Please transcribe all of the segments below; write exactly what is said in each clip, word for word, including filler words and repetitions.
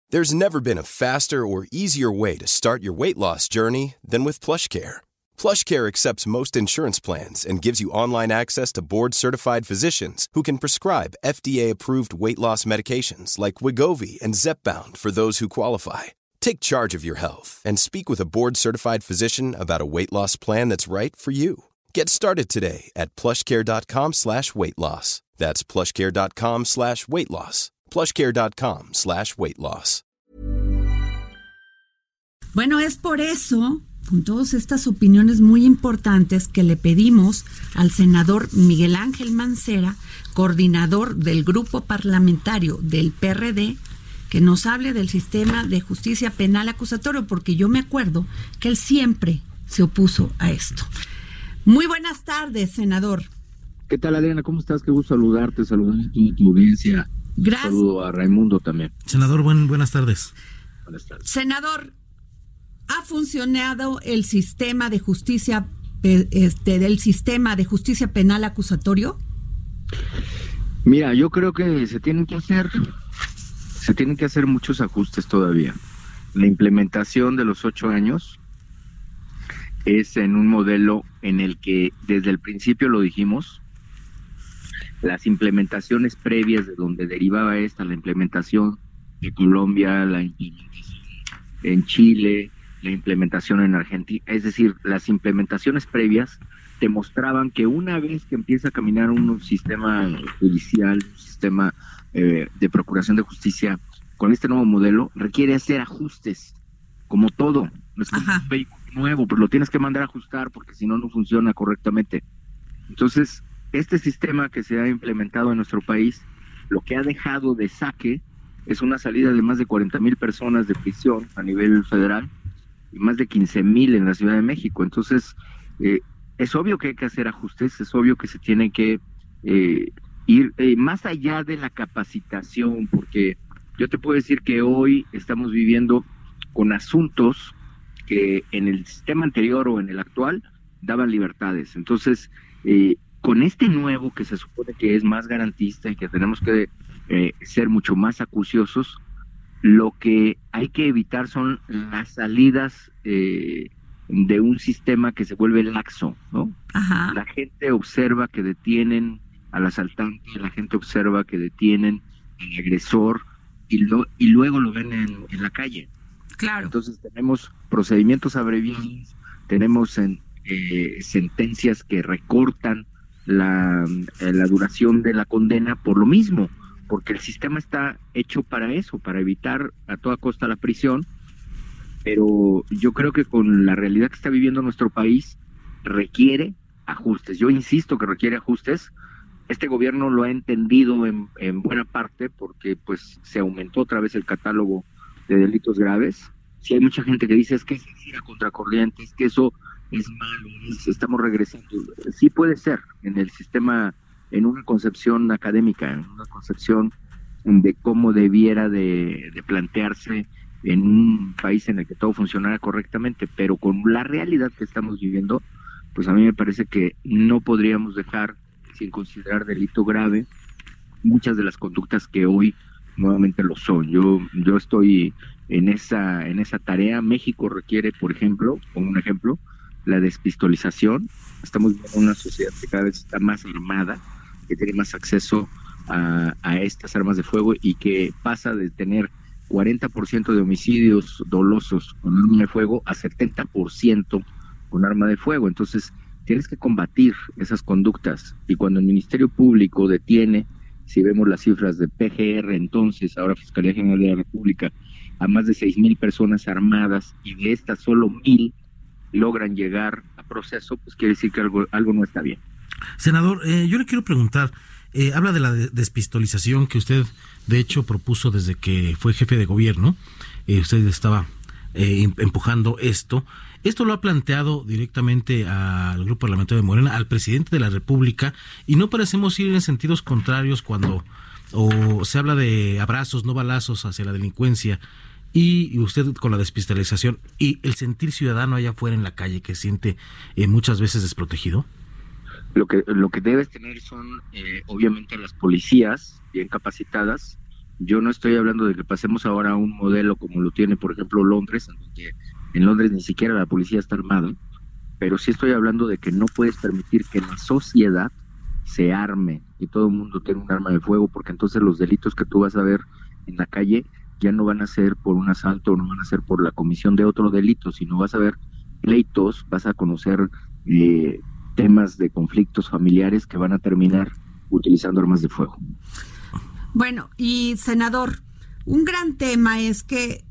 There's never been a faster or easier way to start your weight loss journey than with PlushCare. PlushCare accepts most insurance plans and gives you online access to board-certified physicians who can prescribe F D A-approved weight loss medications like Wegovy and Zepbound for those who qualify. Take charge of your health and speak with a board-certified physician about a weight loss plan that's right for you. Get started today at plushcare.com slash weight loss. That's plushcare.com slash weight loss. plushcare.com slash weight loss. Bueno, es por eso, con todas estas opiniones muy importantes, que le pedimos al senador Miguel Ángel Mancera, coordinador del grupo parlamentario del P R D, que nos hable del sistema de justicia penal acusatorio, porque yo me acuerdo que él siempre se opuso a esto. Muy buenas tardes, senador. ¿Qué tal, Adriana? ¿Cómo estás? Qué gusto saludarte, saludar a tu, tu audiencia. Gracias. Un saludo a Raimundo también. Senador, buen, buenas tardes. Buenas tardes. Senador, ¿ha funcionado el sistema de justicia, este, del sistema de justicia penal acusatorio? Mira, yo creo que se tienen que hacer, se tienen que hacer muchos ajustes todavía. La implementación de los ocho años es en un modelo en el que desde el principio lo dijimos. Las implementaciones previas de donde derivaba esta, la implementación de Colombia, la implementación en Chile, la implementación en Argentina, es decir, las implementaciones previas demostraban que una vez que empieza a caminar un sistema judicial, un sistema eh, de procuración de justicia con este nuevo modelo, requiere hacer ajustes, como todo. No es como un vehículo nuevo, pero lo tienes que mandar a ajustar porque si no, no funciona correctamente. Entonces, este sistema que se ha implementado en nuestro país, lo que ha dejado de saque es una salida de más de cuarenta mil personas de prisión a nivel federal y más de quince mil en la Ciudad de México. Entonces, eh, es obvio que hay que hacer ajustes, es obvio que se tiene que eh, ir eh, más allá de la capacitación, porque yo te puedo decir que hoy estamos viviendo con asuntos que en el sistema anterior o en el actual daban libertades. Entonces, eh, con este nuevo que se supone que es más garantista y que tenemos que eh, ser mucho más acuciosos, lo que hay que evitar son las salidas eh, de un sistema que se vuelve laxo, ¿no? Ajá. La gente observa que detienen al asaltante, la gente observa que detienen al agresor y, lo, y luego lo ven en, en la calle. Claro. Entonces tenemos procedimientos abreviados, tenemos en, eh, sentencias que recortan La, la duración de la condena por lo mismo, porque el sistema está hecho para eso, para evitar a toda costa la prisión, pero yo creo que con la realidad que está viviendo nuestro país requiere ajustes. Yo insisto que requiere ajustes. Este gobierno lo ha entendido en, en buena parte porque pues se aumentó otra vez el catálogo de delitos graves. Si hay mucha gente que dice es que es ir a contracorriente, es que eso es malo, es, estamos regresando. Sí puede ser en el sistema, en una concepción académica, en una concepción de cómo debiera de, de plantearse en un país en el que todo funcionara correctamente, pero con la realidad que estamos viviendo, pues a mí me parece que no podríamos dejar sin considerar delito grave muchas de las conductas que hoy nuevamente lo son. Yo yo estoy en esa en esa tarea. México requiere, por ejemplo, como un ejemplo, la despistolización. Estamos viendo una sociedad que cada vez está más armada, que tiene más acceso a, a estas armas de fuego y que pasa de tener cuarenta por ciento de homicidios dolosos con arma de fuego a setenta por ciento con arma de fuego. Entonces, tienes que combatir esas conductas. Y cuando el Ministerio Público detiene, si vemos las cifras de P G R, entonces, ahora Fiscalía General de la República, a más de seis mil personas armadas y de estas solo mil logran llegar a proceso, pues quiere decir que algo, algo no está bien. Senador, eh, yo le quiero preguntar, eh, habla de la de- despistolización que usted de hecho propuso desde que fue jefe de gobierno, eh, usted estaba eh, empujando esto. Esto lo ha planteado directamente al grupo parlamentario de Morena, al presidente de la República, y no parecemos ir en sentidos contrarios cuando o se habla de abrazos, no balazos hacia la delincuencia, y usted con la despistolización y el sentir ciudadano allá afuera en la calle que siente eh, muchas veces desprotegido. Lo que lo que debes tener son eh, obviamente las policías bien capacitadas Yo no estoy hablando de que pasemos ahora a un modelo como lo tiene, por ejemplo, Londres, en donde en Londres ni siquiera la policía está armada, pero sí estoy hablando de que no puedes permitir que la sociedad se arme y todo el mundo tenga un arma de fuego, porque entonces los delitos que tú vas a ver en la calle ya no van a ser por un asalto, no van a ser por la comisión de otro delito, sino vas a ver pleitos, vas a conocer eh, temas de conflictos familiares que van a terminar utilizando armas de fuego. Bueno, y senador, un gran tema es que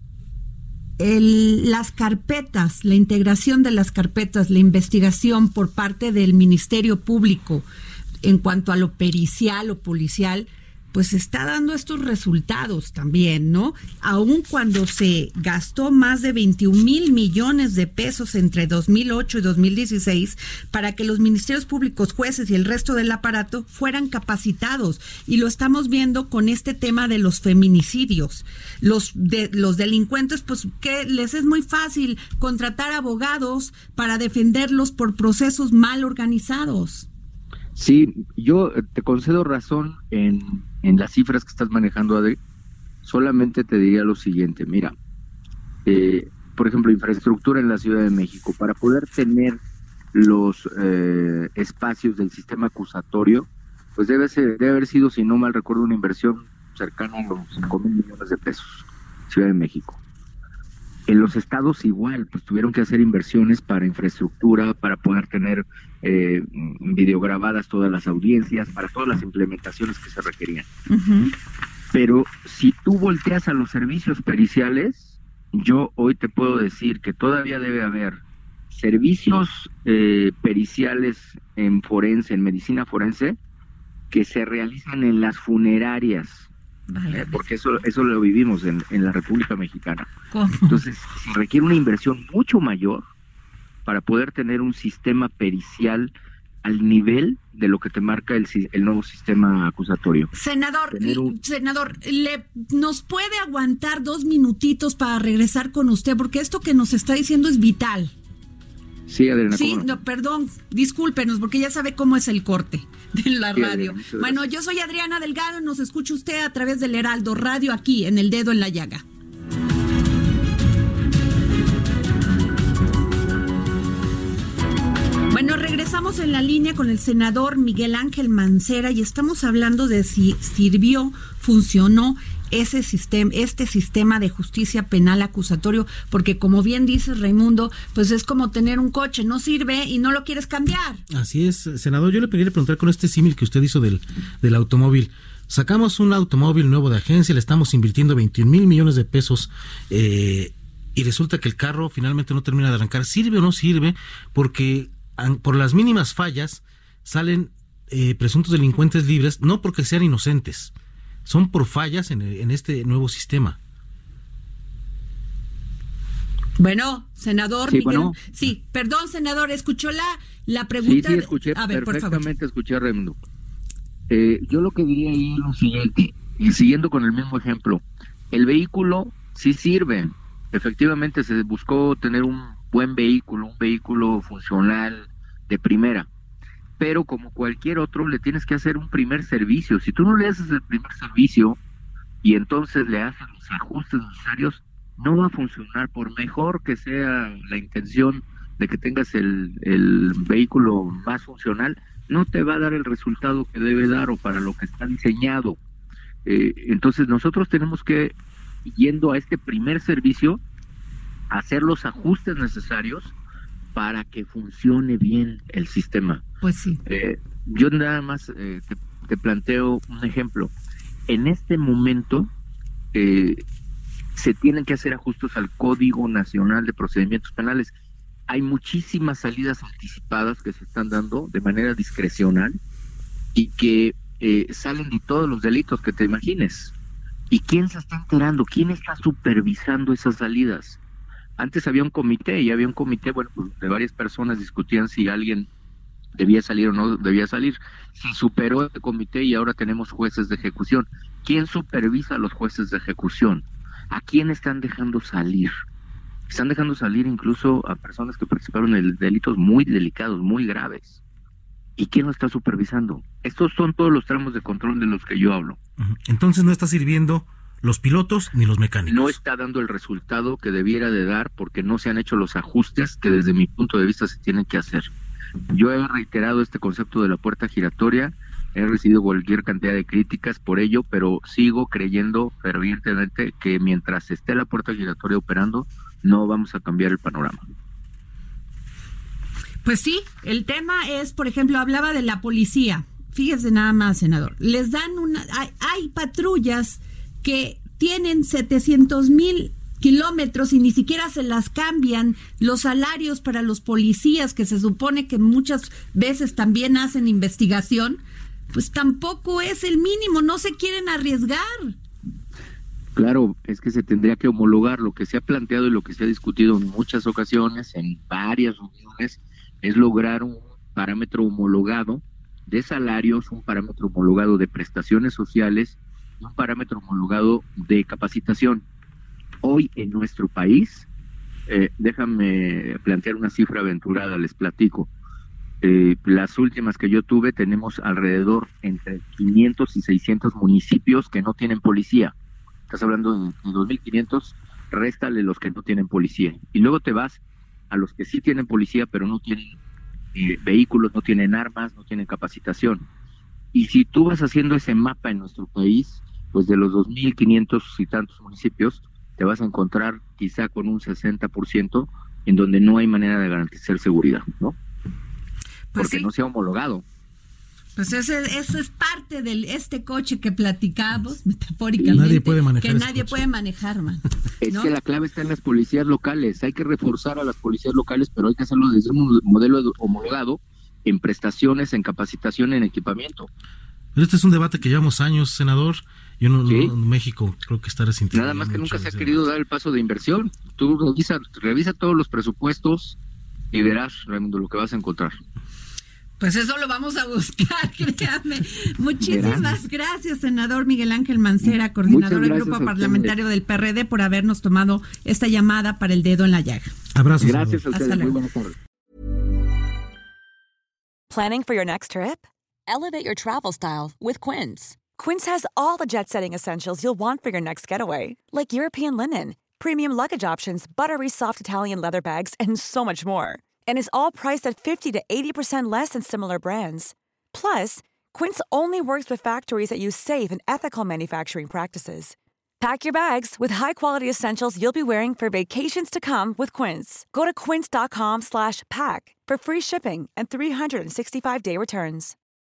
el, las carpetas, la integración de las carpetas, la investigación por parte del Ministerio Público en cuanto a lo pericial o policial, pues está dando estos resultados también, ¿no? Aun cuando se gastó más de veintiún mil millones de pesos entre dos mil ocho y dos mil dieciséis para que los ministerios públicos, jueces y el resto del aparato fueran capacitados. Y lo estamos viendo con este tema de los feminicidios. Los, de, los delincuentes, pues que les es muy fácil contratar abogados para defenderlos por procesos mal organizados. Sí, yo te concedo razón en, en las cifras que estás manejando, Adri. Solamente te diría lo siguiente, mira, eh, por ejemplo, infraestructura en la Ciudad de México, para poder tener los eh, espacios del sistema acusatorio, pues debe ser, debe haber sido, si no mal recuerdo, una inversión cercana a los cinco mil millones de pesos, Ciudad de México. En los estados igual, pues tuvieron que hacer inversiones para infraestructura, para poder tener eh, videograbadas todas las audiencias, para todas las implementaciones que se requerían. Uh-huh. Pero si tú volteas a los servicios periciales, yo hoy te puedo decir que todavía debe haber servicios eh, periciales en forense, en medicina forense, que se realizan en las funerarias. Vale. Eh, porque eso eso lo vivimos en, en la República Mexicana. ¿Cómo? Entonces se requiere una inversión mucho mayor para poder tener un sistema pericial al nivel de lo que te marca el, el nuevo sistema acusatorio. Senador, un... senador, ¿le nos puede aguantar dos minutitos para regresar con usted? Porque esto que nos está diciendo es vital. Sí, Adriana. Sí, no, perdón, discúlpenos, porque ya sabe cómo es el corte de la sí, radio. Adriana, bueno, yo soy Adriana Delgado y nos escucha usted a través del Heraldo Radio aquí en El Dedo en la Llaga. Bueno, regresamos en la línea con el senador Miguel Ángel Mancera y estamos hablando de si sirvió, funcionó ese sistema, este sistema de justicia penal acusatorio, porque como bien dices, Raimundo, pues es como tener un coche, no sirve y no lo quieres cambiar. Así es, senador, yo le quería preguntar con este símil que usted hizo del, del automóvil. Sacamos un automóvil nuevo de agencia, le estamos invirtiendo veintiún mil millones de pesos eh, y resulta que el carro finalmente no termina de arrancar. ¿Sirve o no sirve? Porque por las mínimas fallas salen eh, presuntos delincuentes libres, no porque sean inocentes, son por fallas en, en este nuevo sistema. Bueno, senador sí, Miguel, bueno. sí, perdón, senador, escuchó la, la pregunta. Sí, sí, escuché a ver, perfectamente, escuché a Raimundo. Eh, yo lo que diría ahí es lo siguiente, y siguiendo con el mismo ejemplo, el vehículo sí sirve, efectivamente se buscó tener un buen vehículo, un vehículo funcional de primera, pero como cualquier otro le tienes que hacer un primer servicio. Si tú no le haces el primer servicio y entonces le haces los ajustes necesarios, no va a funcionar, por mejor que sea la intención de que tengas el, el vehículo más funcional, no te va a dar el resultado que debe dar o para lo que está diseñado. Eh, entonces nosotros tenemos que, yendo a este primer servicio, hacer los ajustes necesarios para que funcione bien el sistema. Pues sí. Eh, yo nada más eh, te, te planteo un ejemplo. En este momento eh, se tienen que hacer ajustes al Código Nacional de Procedimientos Penales. Hay muchísimas salidas anticipadas que se están dando de manera discrecional y que eh, salen de todos los delitos que te imagines. ¿Y quién se está enterando? ¿Quién está supervisando esas salidas? Antes había un comité y había un comité, bueno, pues de varias personas discutían si alguien debía salir o no debía salir. Se superó el comité y ahora tenemos jueces de ejecución. ¿Quién supervisa a los jueces de ejecución? ¿A quién están dejando salir? Están dejando salir incluso a personas que participaron en delitos muy delicados, muy graves. ¿Y quién lo está supervisando? Estos son todos los tramos de control de los que yo hablo. Entonces no está sirviendo los pilotos ni los mecánicos. No está dando el resultado que debiera de dar porque no se han hecho los ajustes que desde mi punto de vista se tienen que hacer. Yo he reiterado este concepto de la puerta giratoria, he recibido cualquier cantidad de críticas por ello, pero sigo creyendo fervientemente que mientras esté la puerta giratoria operando, no vamos a cambiar el panorama. Pues sí, el tema es, por ejemplo, hablaba de la policía. Fíjese nada más, senador. Les dan una... Hay, hay patrullas que tienen setecientos mil kilómetros y ni siquiera se las cambian. Los salarios para los policías, que se supone que muchas veces también hacen investigación, pues tampoco es el mínimo, no se quieren arriesgar. Claro, es que se tendría que homologar. Lo que se ha planteado y lo que se ha discutido en muchas ocasiones, en varias reuniones, es lograr un parámetro homologado de salarios, un parámetro homologado de prestaciones sociales, un parámetro homologado de capacitación. Hoy en nuestro país, eh, déjame plantear una cifra aventurada, les platico. Eh, las últimas que yo tuve, tenemos alrededor entre quinientos y seiscientos municipios que no tienen policía. Estás hablando de, de dos mil quinientos, réstale los que no tienen policía. Y luego te vas a los que sí tienen policía, pero no tienen eh, vehículos, no tienen armas, no tienen capacitación. Y si tú vas haciendo ese mapa en nuestro país, pues de los dos mil quinientos y tantos municipios, te vas a encontrar quizá con un sesenta por ciento en donde no hay manera de garantizar seguridad, ¿no? Pues porque sí. no se ha homologado. Pues ese, eso es parte de este coche que platicamos, metafóricamente, nadie puede manejar que ese nadie coche. puede manejar, man. Es ¿no? que la clave está en las policías locales. Hay que reforzar a las policías locales, pero hay que hacerlo desde un modelo homologado en prestaciones, en capacitación, en equipamiento. Pero este es un debate que llevamos años, senador. Yo no, ¿Sí? no México creo que está resintiendo. Nada más que nunca se ha querido dar el paso de inversión. Tú revisa, revisa todos los presupuestos y verás, Raimundo, lo que vas a encontrar. Pues eso lo vamos a buscar, créame. Muchísimas Verán. gracias, senador Miguel Ángel Mancera, coordinador del Grupo Parlamentario del P R D, por habernos tomado esta llamada para el dedo en la llaga. Abrazos. Gracias senador. a ustedes. Hasta Muy luego. buenas tardes. Planning for your next trip? Elevate your travel style with Quince. Quince has all the jet-setting essentials you'll want for your next getaway, like European linen, premium luggage options, buttery soft Italian leather bags, and so much more. And is all priced at fifty to eighty percent less than similar brands. Plus, Quince only works with factories that use safe and ethical manufacturing practices. Pack your bags with high-quality essentials you'll be wearing for vacations to come with Quince. Go to quince.com slash pack for free shipping and three sixty-five day returns.